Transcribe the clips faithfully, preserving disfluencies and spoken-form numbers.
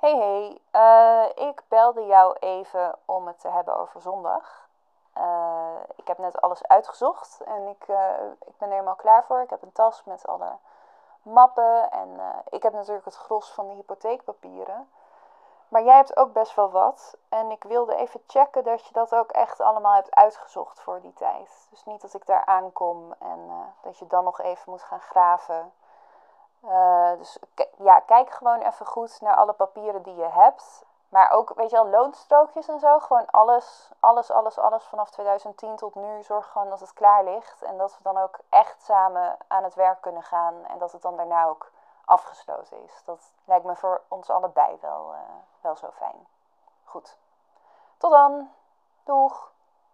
Hey hey, uh, ik belde jou even om het te hebben over zondag. Uh, ik heb net alles uitgezocht en ik, uh, ik ben er helemaal klaar voor. Ik heb een tas met alle mappen en uh, ik heb natuurlijk het gros van de hypotheekpapieren. Maar jij hebt ook best wel wat en ik wilde even checken dat je dat ook echt allemaal hebt uitgezocht voor die tijd. Dus niet dat ik daar aankom en uh, dat je dan nog even moet gaan graven. Uh, dus k- ja, kijk gewoon even goed naar alle papieren die je hebt. Maar ook, weet je wel, loonstrookjes en zo. Gewoon alles, alles, alles, alles vanaf twintig tien tot nu. Zorg gewoon dat het klaar ligt. En dat we dan ook echt samen aan het werk kunnen gaan. En dat het dan daarna ook afgesloten is. Dat lijkt me voor ons allebei wel, uh, wel zo fijn. Goed. Tot dan. Doeg.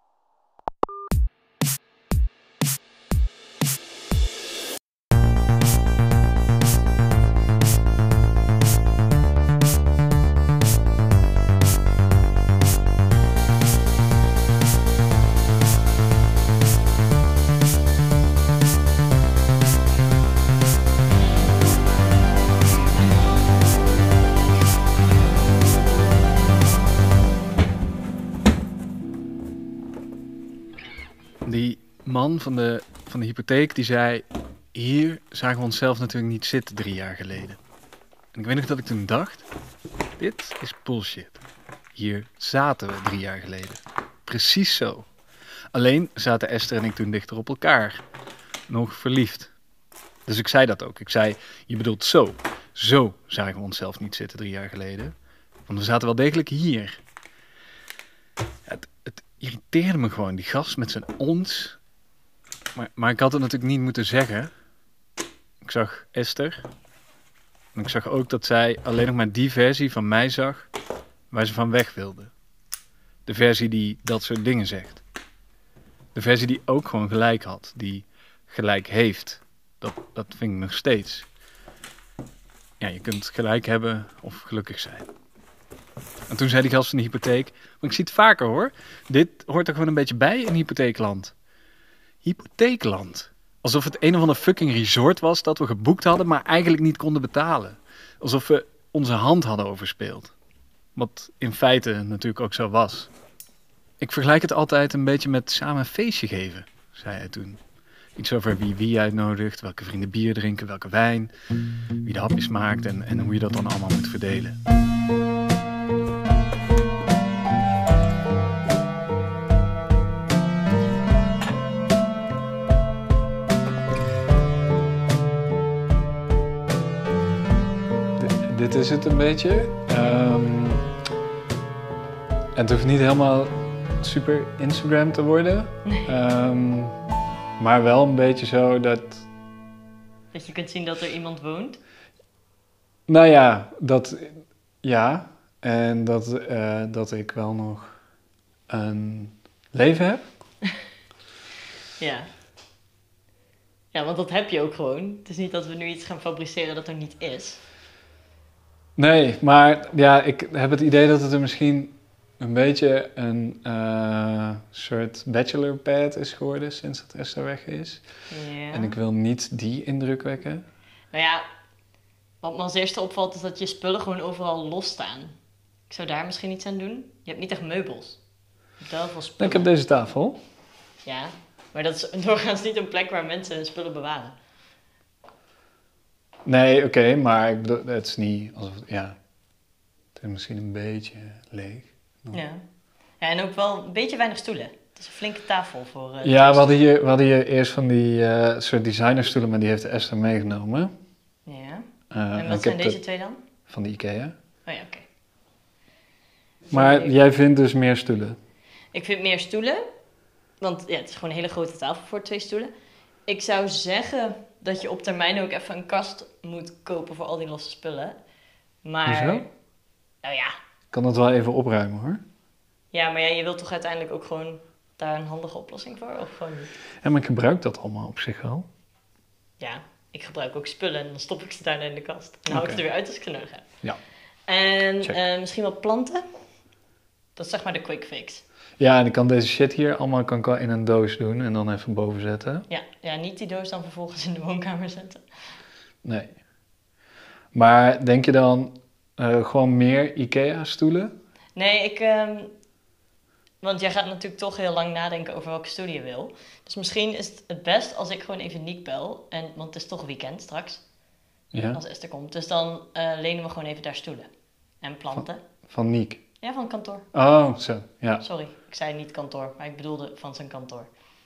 Die man van de, van de hypotheek die zei, hier zagen we onszelf natuurlijk niet zitten drie jaar geleden. En ik weet nog dat ik toen dacht, dit is bullshit. Hier zaten we drie jaar geleden. Precies zo. Alleen zaten Esther en ik toen dichter op elkaar. Nog verliefd. Dus ik zei dat ook. Ik zei, je bedoelt zo. Zo zagen we onszelf niet zitten drie jaar geleden. Want we zaten wel degelijk hier. Het, het irriteerde me gewoon, die gast met zijn ons. Maar, maar ik had het natuurlijk niet moeten zeggen. Ik zag Esther. En ik zag ook dat zij alleen nog maar die versie van mij zag waar ze van weg wilde. De versie die dat soort dingen zegt. De versie die ook gewoon gelijk had. Die gelijk heeft. Dat, dat vind ik nog steeds. Ja, je kunt gelijk hebben of gelukkig zijn. En toen zei die gast van de hypotheek, maar ik zie het vaker hoor. Dit hoort er gewoon een beetje bij in hypotheekland. Hypotheekland. Alsof het een of ander fucking resort was dat we geboekt hadden, maar eigenlijk niet konden betalen. Alsof we onze hand hadden overspeeld. Wat in feite natuurlijk ook zo was. Ik vergelijk het altijd een beetje met samen een feestje geven, zei hij toen. Iets over wie wie uitnodigt, welke vrienden bier drinken, welke wijn, wie de hapjes maakt en, en hoe je dat dan allemaal moet verdelen. D- dit is het een beetje. Um, het hoeft niet helemaal super Instagram te worden. Nee. Um, maar wel een beetje zo dat... Dat je kunt zien dat er iemand woont. Nou ja, dat... Ja. En dat, uh, dat ik wel nog een leven heb. Ja. Ja, want dat heb je ook gewoon. Het is niet dat we nu iets gaan fabriceren dat er niet is. Nee, maar ja, ik heb het idee dat het er misschien een beetje een uh, soort bachelorpad is geworden sinds dat Esther weg is. Ja. En ik wil niet die indruk wekken. Nou ja, wat me als eerste opvalt is dat je spullen gewoon overal los staan. Ik zou daar misschien iets aan doen. Je hebt niet echt meubels. Je hebt wel veel spullen. Ik heb deze tafel. Ja, maar dat is doorgaans niet een plek waar mensen hun spullen bewaren. Nee, oké, okay, maar ik bedoel, het is niet alsof... Ja, het is misschien een beetje leeg. Ja. Ja, en ook wel een beetje weinig stoelen. Het is een flinke tafel voor... Uh, ja, we hadden, hier, we hadden hier eerst van die uh, soort designerstoelen, maar die heeft Esther meegenomen. Ja. Uh, en wat zijn deze twee dan? Van de IKEA. Oh ja, oké. Okay. Maar Sorry. jij vindt dus meer stoelen? Ik vind meer stoelen. Want ja, het is gewoon een hele grote tafel voor twee stoelen. Ik zou zeggen dat je op termijn ook even een kast moet kopen voor al die losse spullen. Maar... Hoezo? Nou ja. Ik kan dat wel even opruimen hoor. Ja, maar ja, je wilt toch uiteindelijk ook gewoon daar een handige oplossing voor? Of gewoon niet? Ja, maar ik gebruik dat allemaal op zich wel. Ja, ik gebruik ook spullen en dan stop ik ze daarna in de kast. En dan hou ik Okay. ze er weer uit als ik ze nodig heb. Ja. En uh, misschien wel planten. Dat is zeg maar de quick fix. Ja, en ik kan deze shit hier allemaal kan ik wel in een doos doen en dan even boven zetten. Ja, ja, niet die doos dan vervolgens in de woonkamer zetten. Nee. Maar denk je dan, Uh, gewoon meer IKEA-stoelen? Nee, ik... Um, want jij gaat natuurlijk toch heel lang nadenken over welke stoel je wil. Dus misschien is het het best als ik gewoon even Niek bel. En, want het is toch weekend straks. Ja. Als Esther komt. Dus dan uh, lenen we gewoon even daar stoelen. En planten. Van, van Niek? Ja, van het kantoor. Oh, zo. Ja. Sorry, ik zei niet kantoor. Maar ik bedoelde van zijn kantoor.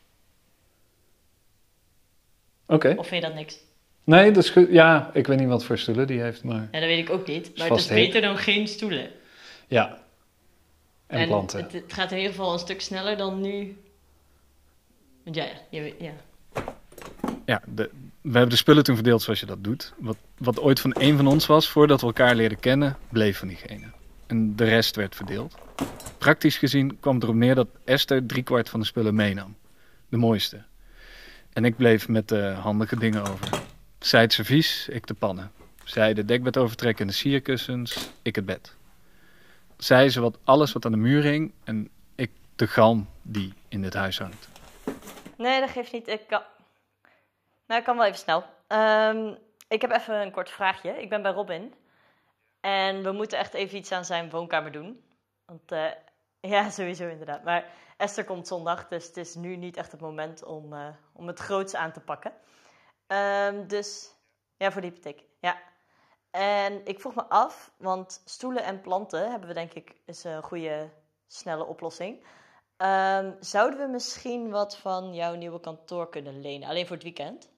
Oké. Okay. Of vind je dat niks? Nee, dat is goed. Ja, ik weet niet wat voor stoelen die heeft, maar... Ja, dat weet ik ook niet. Maar het is beter heet. dan geen stoelen. Ja. En, en planten. Het, het gaat in ieder geval een stuk sneller dan nu. Want ja, ja. ja. Ja, de, we hebben de spullen toen verdeeld zoals je dat doet. Wat, wat ooit van één van ons was, voordat we elkaar leerden kennen, bleef van diegene. En de rest werd verdeeld. Praktisch gezien kwam het erop neer dat Esther driekwart van de spullen meenam. De mooiste. En ik bleef met de handige dingen over. Zij het servies, ik de pannen. Zij de dekbed overtrekken en de sierkussens, ik het bed. Zij zowat alles wat aan de muur hing en ik de galm die in dit huis hangt. Nee, dat geeft niet. Ik kan... Nou, ik kan wel even snel. Um, ik heb even een kort vraagje. Ik ben bij Robin. En we moeten echt even iets aan zijn woonkamer doen. Want uh, ja, sowieso inderdaad. Maar Esther komt zondag, dus het is nu niet echt het moment om, uh, om het groots aan te pakken. Um, dus, ja, voor de hypotheek. Ja. En ik vroeg me af, want stoelen en planten hebben we denk ik is een goede, snelle oplossing. Um, zouden we misschien wat van jouw nieuwe kantoor kunnen lenen? Alleen voor het weekend?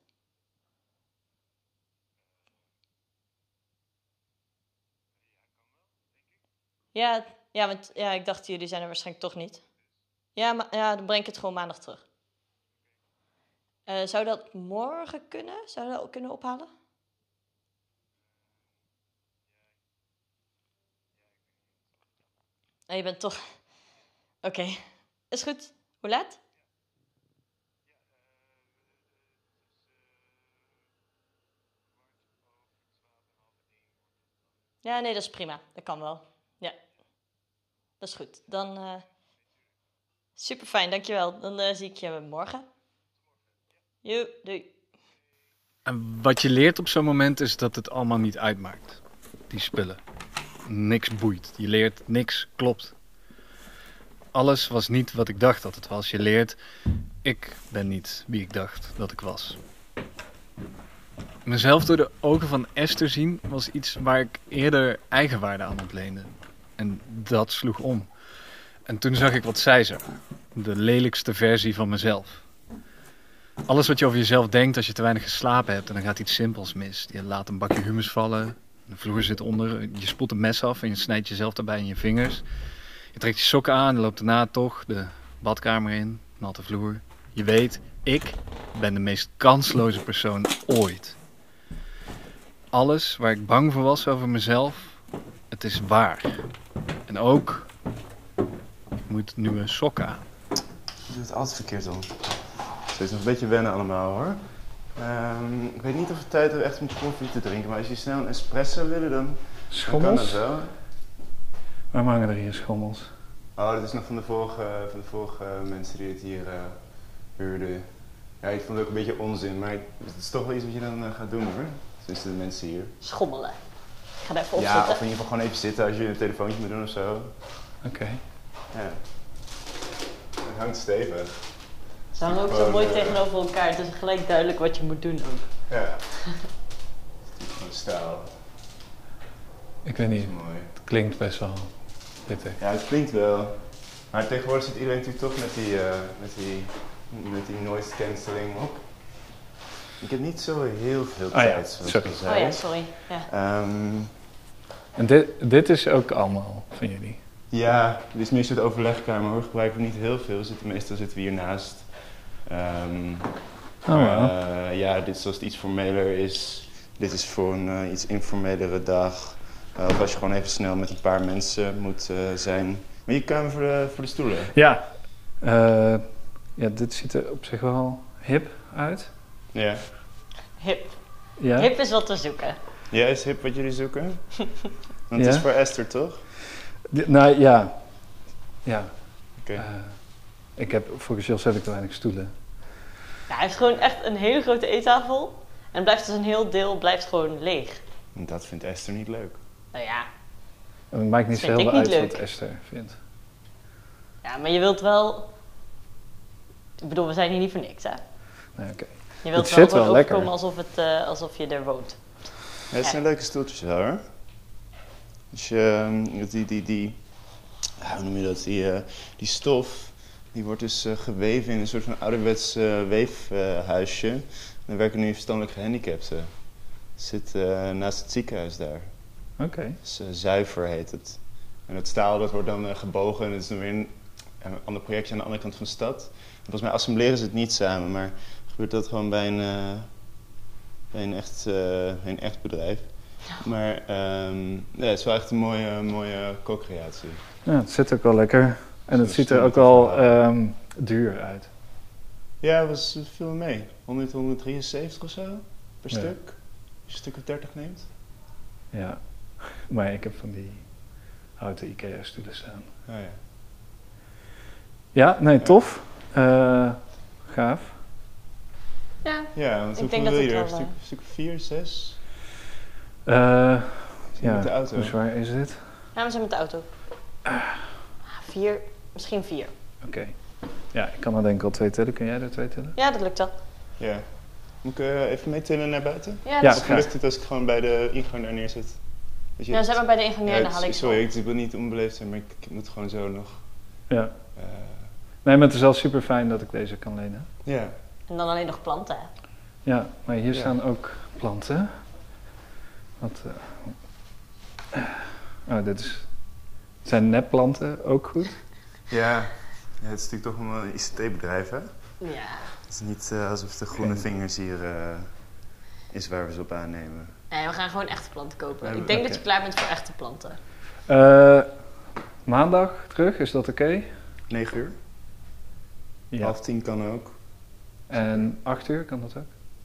Ja, ja, want ja, ik dacht jullie zijn er waarschijnlijk toch niet. Ja, maar ja, dan breng ik het gewoon maandag terug. Uh, zou dat morgen kunnen? Zou je dat ook kunnen ophalen? Oh, je bent toch... Oké, okay. Is goed. Hoe laat? Ja, nee, dat is prima. Dat kan wel. Ja, dat is goed. Dan uh, super fijn, dankjewel. Dan uh, zie ik je morgen. Joe, doei. En wat je leert op zo'n moment is dat het allemaal niet uitmaakt. Die spullen. Niks boeit. Je leert, niks klopt. Alles was niet wat ik dacht dat het was. Je leert, ik ben niet wie ik dacht dat ik was. Mezelf door de ogen van Esther zien was iets waar ik eerder eigenwaarde aan ontleende. En dat sloeg om. En toen zag ik wat zij zag. De lelijkste versie van mezelf. Alles wat je over jezelf denkt als je te weinig geslapen hebt en dan gaat iets simpels mis. Je laat een bakje humus vallen, de vloer zit onder, je spoelt een mes af en je snijdt jezelf daarbij in je vingers. Je trekt je sokken aan en loopt daarna toch de badkamer in, natte vloer. Je weet, ik ben de meest kansloze persoon ooit. Alles waar ik bang voor was over mezelf, het is waar. En ook, ik moet nieuwe sokken aan. Je doet het altijd verkeerd om. Het is nog een beetje wennen allemaal hoor. Um, ik weet niet of het tijd is echt om koffie te drinken, maar als je snel een espresso willen, dan, dan kan dat wel. Waarom hangen er hier schommels? Oh, dat is nog van de vorige, van de vorige mensen die het hier uh, huurden. Ja, ik vond het ook een beetje onzin, maar het is toch wel iets wat je dan uh, gaat doen hoor. Tenminste de mensen hier. Schommelen. Ik ga daar even op ja, zitten. of in ieder geval gewoon even zitten als je een telefoontje moet doen of zo. Oké. Okay. Ja. Het hangt stevig. Ze hangen ook zo mooi uh, tegenover elkaar. Het is gelijk duidelijk wat je moet doen ook. Ja. Gewoon stijl. Ik weet niet. Mooi. Het klinkt best wel pittig. Ja, het klinkt wel. Maar tegenwoordig zit iedereen natuurlijk toch met die, uh, met die, met die noise cancelling op. Ik heb niet zo heel veel tijd, oh ja, zoals sorry. ik al zei. Oh ja, sorry. Ja. Um, en dit, dit is ook allemaal van jullie? Ja, dit is meer een soort overlegkamer hoor. Gebruiken we niet heel veel. Zitten, meestal zitten we hiernaast. Um, oh, maar, uh, ja, dit is als het iets formeler is. Dit is voor een uh, iets informelere dag. Uh, of als je gewoon even snel met een paar mensen moet uh, zijn. Maar je kamer voor de, voor de stoelen. Ja. Uh, ja, dit ziet er op zich wel hip uit. Ja. Hip. Ja. Hip is wat te zoeken. Ja, is hip wat jullie zoeken? Want ja. het is voor Esther, toch? D- nou ja. Ja. Oké. Okay. Uh, ik heb, volgens Jos heb ik te weinig stoelen. Ja, hij heeft gewoon echt een hele grote eettafel. En blijft dus een heel deel blijft gewoon leeg. Dat vindt Esther niet leuk. Nou ja, Het maakt niet Dat zo vind heel ik veel niet uit leuk. wat Esther vindt. Ja, maar je wilt wel... Ik bedoel, we zijn hier niet voor niks, hè? Nee, oké. Je wilt Het wel zit wel gewoon lekker. overkomen alsof, het, uh, alsof je er woont. Ja, het zijn leuke stoeltjes wel, hoor. Dus je, die, die, die, hoe noem je dat, die, uh, die stof, die wordt dus uh, geweven in een soort van ouderwets uh, weefhuisje. Uh, Daar werken nu verstandelijk gehandicapten. Het zit uh, naast het ziekenhuis daar. Oké. Okay. Dus, uh, zuiver heet het. En het staal dat wordt dan uh, gebogen en het is dan weer een, een ander projectje aan de andere kant van de stad. En volgens mij assembleren ze het niet samen, maar gebeurt dat gewoon bij een, uh, bij een, echt, uh, bij een echt bedrijf. Maar um, ja, het is wel echt een mooie, mooie co-creatie. Ja, het zit ook wel lekker. En het ziet er ook wel um, duur uit. Ja, het was veel mee. honderd, honderddrieënzeventig of zo per ja. stuk. Als je een stuk of dertig neemt. Ja, maar ik heb van die houten IKEA-stoelen staan. Oh, ja. Ja, nee, tof. Uh, gaaf. Ja, ja want ik hoeveel denk wil dat je er? het wel... Een stuk, stuk vier, zes? Uh, ja, met de auto. hoe zwaar is dit? Ja, we zijn met de auto. Uh. Vier, misschien vier. Oké. Okay. Ja, ik kan er denk ik al twee tillen. Kun jij er twee tillen? Ja, dat lukt wel. Ja. Moet ik uh, even meetillen naar buiten? Ja, ja of Of lukt het als ik gewoon bij de ingang daar neerzet? Ja, het... zet maar bij de ingang neer en ja, dan haal ik Sorry, ik, ik wil niet onbeleefd zijn, maar ik, ik moet gewoon zo nog... Ja. Uh... Nee, maar het is wel super fijn dat ik deze kan lenen. Ja. En dan alleen nog planten, hè? Ja, maar hier ja. staan ook planten. Wat... Uh... Oh, dit is... Zijn nepplanten ook goed? Ja. Ja, het is natuurlijk toch een I C T-bedrijf, hè? Ja. Het is niet uh, alsof de groene vingers hier uh, is waar we ze op aannemen. Nee, we gaan gewoon echte planten kopen. Ja, ik denk okay. dat je klaar bent voor echte planten. Uh, maandag terug, is dat oké? Okay? negen uur. Ja. Half tien kan ook. En acht uur, kan dat ook?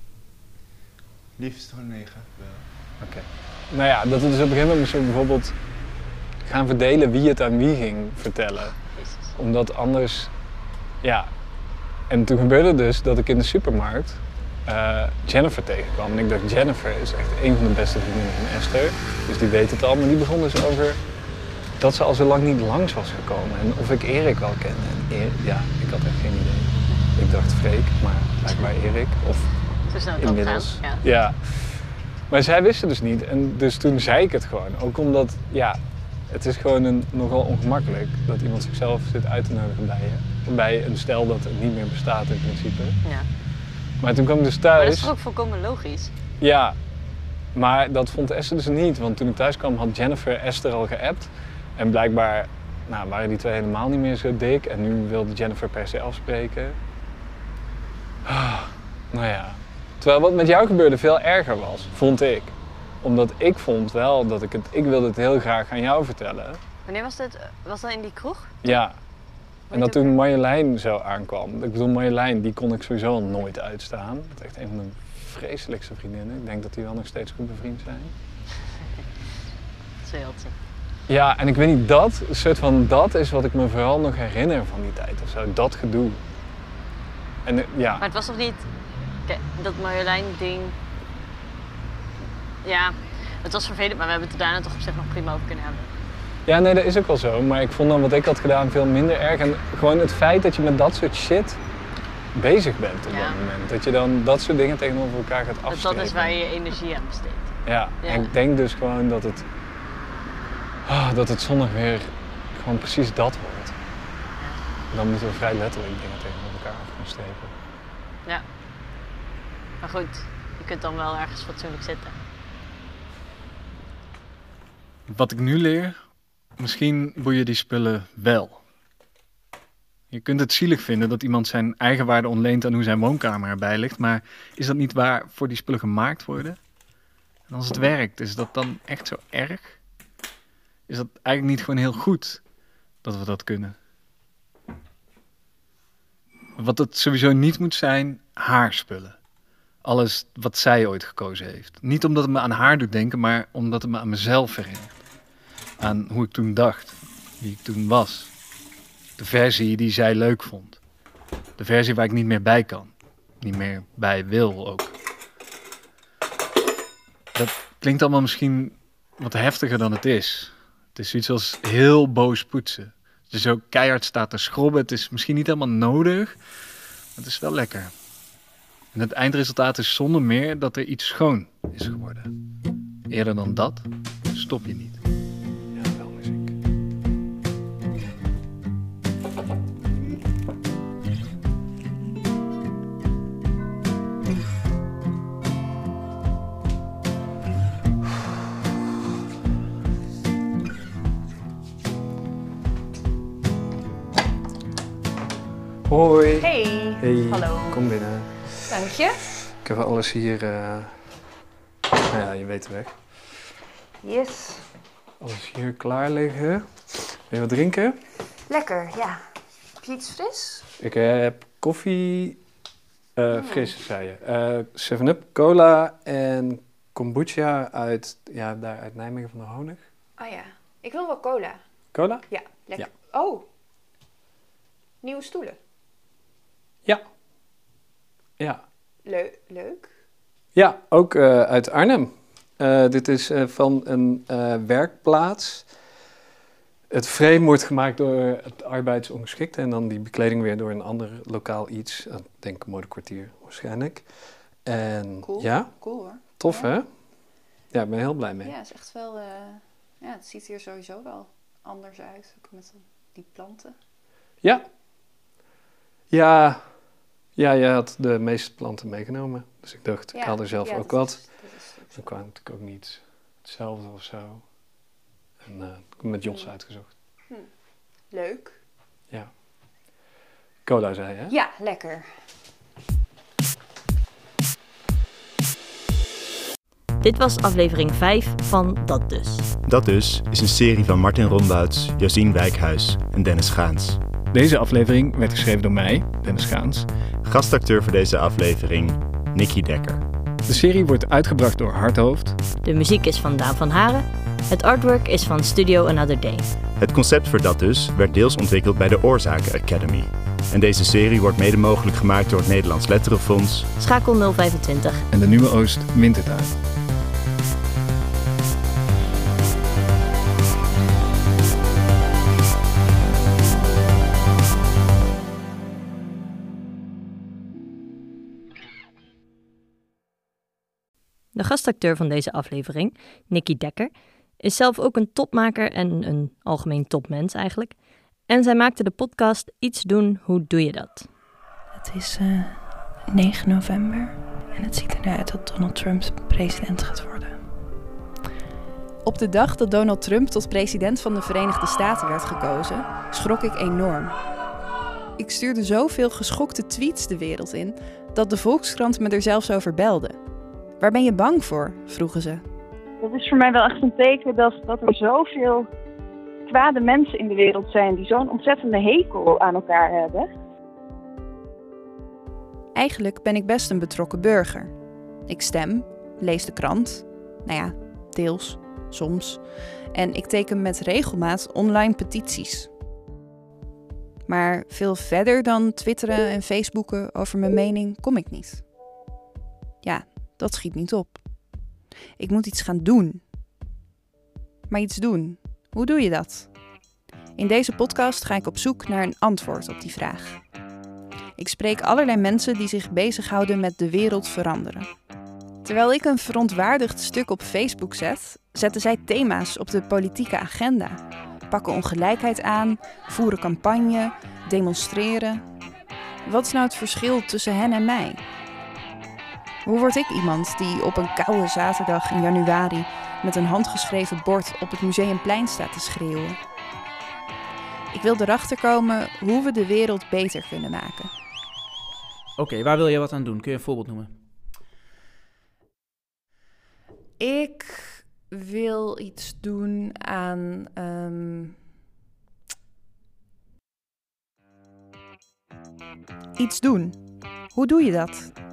Liefst gewoon negen. Oké. Okay. Nou ja, dat we dus op een gegeven moment moesten we bijvoorbeeld gaan verdelen wie het aan wie ging vertellen. Jezus. Omdat anders, ja. En toen gebeurde dus dat ik in de supermarkt uh, Jennifer tegenkwam. En ik dacht, Jennifer is echt een van de beste vriendinnen van Esther. Dus die weet het al. Maar die begon dus over dat ze al zo lang niet langs was gekomen. En of ik Erik wel kende. En Erik, ja, ik had echt geen idee. Ik dacht Freek, maar blijkbaar Erik. Of zo snel inmiddels. Ja. ja. Maar zij wisten dus niet. En dus toen zei ik het gewoon. Ook omdat, ja, het is gewoon een, nogal ongemakkelijk dat iemand zichzelf zit uit te nodigen bij je. Bij een stel dat het niet meer bestaat in principe. Ja. Maar toen kwam ik dus thuis. Maar dat is toch ook volkomen logisch? Ja, maar dat vond Esther dus niet. Want toen ik thuis kwam had Jennifer Esther al geappt. En blijkbaar nou, waren die twee helemaal niet meer zo dik. En nu wilde Jennifer per se afspreken. Ah, nou ja. Terwijl wat met jou gebeurde veel erger was, vond ik. Omdat ik vond wel dat ik het... Ik wilde het heel graag aan jou vertellen. Wanneer was dit? Was dat in die kroeg? Ja. En dat toen Marjolein zo aankwam. Ik bedoel, Marjolein, die kon ik sowieso al nooit uitstaan. Dat is echt een van mijn vreselijkste vriendinnen. Ik denk dat die wel nog steeds goed bevriend zijn. Dat is heel Ja, en ik weet niet, dat, een soort van dat is wat ik me vooral nog herinner van die tijd of zo. Dat gedoe. En ja. Maar het was toch niet... Kijk, dat Marjolein-ding... Ja, het was vervelend, maar we hebben het er daarna toch op zich nog prima over kunnen hebben. Ja, nee, dat is ook wel zo. Maar ik vond dan wat ik had gedaan veel minder erg. En gewoon het feit dat je met dat soort shit bezig bent op ja. dat moment. Dat je dan dat soort dingen tegenover elkaar gaat afstrepen. Dat is waar je je energie aan besteedt. Ja, ja. En ik denk dus gewoon dat het... Oh, dat het zondag weer gewoon precies dat wordt. Ja. Dan moeten we vrij letterlijk dingen tegenover elkaar af gaan strepen. Ja. Maar goed, je kunt dan wel ergens fatsoenlijk zitten. Wat ik nu leer, misschien boeien die spullen wel. Je kunt het zielig vinden dat iemand zijn eigenwaarde ontleent aan hoe zijn woonkamer erbij ligt, maar is dat niet waarvoor die spullen gemaakt worden? En als het werkt, is dat dan echt zo erg? Is dat eigenlijk niet gewoon heel goed dat we dat kunnen? Wat het sowieso niet moet zijn, haar spullen. Alles wat zij ooit gekozen heeft. Niet omdat het me aan haar doet denken, maar omdat het me aan mezelf herinnert. Aan hoe ik toen dacht, wie ik toen was. De versie die zij leuk vond. De versie waar ik niet meer bij kan. Niet meer bij wil ook. Dat klinkt allemaal misschien wat heftiger dan het is. Het is zoiets als heel boos poetsen. Als je zo keihard staat te schrobben, het is misschien niet helemaal nodig, maar het is wel lekker. En het eindresultaat is zonder meer dat er iets schoon is geworden. Eerder dan dat stop je niet. Ja, wel muziek. Hoi. Hey. Hey. Hallo. Kom binnen. Dank je. Ik heb alles hier, uh... nou ja, je weet de weg. Yes. Alles hier klaar liggen. Wil je wat drinken? Lekker, ja. Heb je iets fris? Ik heb koffie, uh, mm. fris, zei je. Uh, seven up, cola en kombucha uit, ja, daar uit Nijmegen van de Honig. Oh ja, ik wil wel cola. Cola? Ja, lekker. Ja. Oh, nieuwe stoelen. Ja. Ja. Le- leuk. Ja, ook uh, uit Arnhem. Uh, dit is uh, van een uh, werkplaats. Het frame wordt gemaakt door het arbeidsongeschikte en dan die bekleding weer door een ander lokaal iets. Ik denk een modekwartier waarschijnlijk. En Cool. ja, Cool hoor. tof Ja. hè? Ja, ik ben heel blij mee. Ja, het is echt wel, uh, ja, het ziet hier sowieso wel anders uit. Ook met die planten. Ja. Ja. Ja, jij had de meeste planten meegenomen. Dus ik dacht, Ja, ik haal er zelf ja, ook dat wat. is- dat is leuk. Dan kwam natuurlijk ook niet hetzelfde of zo. En uh, ik heb met Jos Hmm. uitgezocht. Leuk. Ja. Cola zei je, hè? Ja, lekker. Dit was aflevering vijf van Dat Dus. Dat dus is een serie van Martin Rombouts, Josien Wijkhuis en Dennis Gaans. Deze aflevering werd geschreven door mij, Dennis Gaans. Gastacteur voor deze aflevering, Nicky Dekker. De serie wordt uitgebracht door Hardhoofd. De muziek is van Daan van Haren. Het artwork is van Studio Another Day. Het concept voor Dat dus werd deels ontwikkeld bij de Oorzaken Academy. En deze serie wordt mede mogelijk gemaakt door het Nederlands Letterenfonds. Schakel nul vijfentwintig. En de Nieuwe Oost Wintertuin. De gastacteur van deze aflevering, Nicky Dekker, is zelf ook een topmaker en een algemeen topmens eigenlijk. En zij maakte de podcast Iets doen, hoe doe je dat? Het is uh, negen november en het ziet er naar uit dat Donald Trump president gaat worden. Op de dag dat Donald Trump tot president van de Verenigde Staten werd gekozen, schrok ik enorm. Ik stuurde zoveel geschokte tweets de wereld in, dat de Volkskrant me er zelfs over belde. Waar ben je bang voor? Vroegen ze. Dat is voor mij wel echt een teken dat, dat er zoveel kwade mensen in de wereld zijn die zo'n ontzettende hekel aan elkaar hebben. Eigenlijk ben ik best een betrokken burger. Ik stem, lees de krant, nou ja, deels, soms. En ik teken met regelmaat online petities. Maar veel verder dan twitteren en facebooken over mijn mening kom ik niet. Ja, dat schiet niet op. Ik moet iets gaan doen. Maar iets doen, hoe doe je dat? In deze podcast ga ik op zoek naar een antwoord op die vraag. Ik spreek allerlei mensen die zich bezighouden met de wereld veranderen. Terwijl ik een verontwaardigd stuk op Facebook zet, zetten zij thema's op de politieke agenda. Pakken ongelijkheid aan, voeren campagne, demonstreren. Wat is nou het verschil tussen hen en mij? Hoe word ik iemand die op een koude zaterdag in januari met een handgeschreven bord op het Museumplein staat te schreeuwen? Ik wil erachter komen hoe we de wereld beter kunnen maken. Oké, okay, waar wil je wat aan doen? Kun je een voorbeeld noemen? Ik wil iets doen aan... Um... Iets doen. Hoe doe je dat?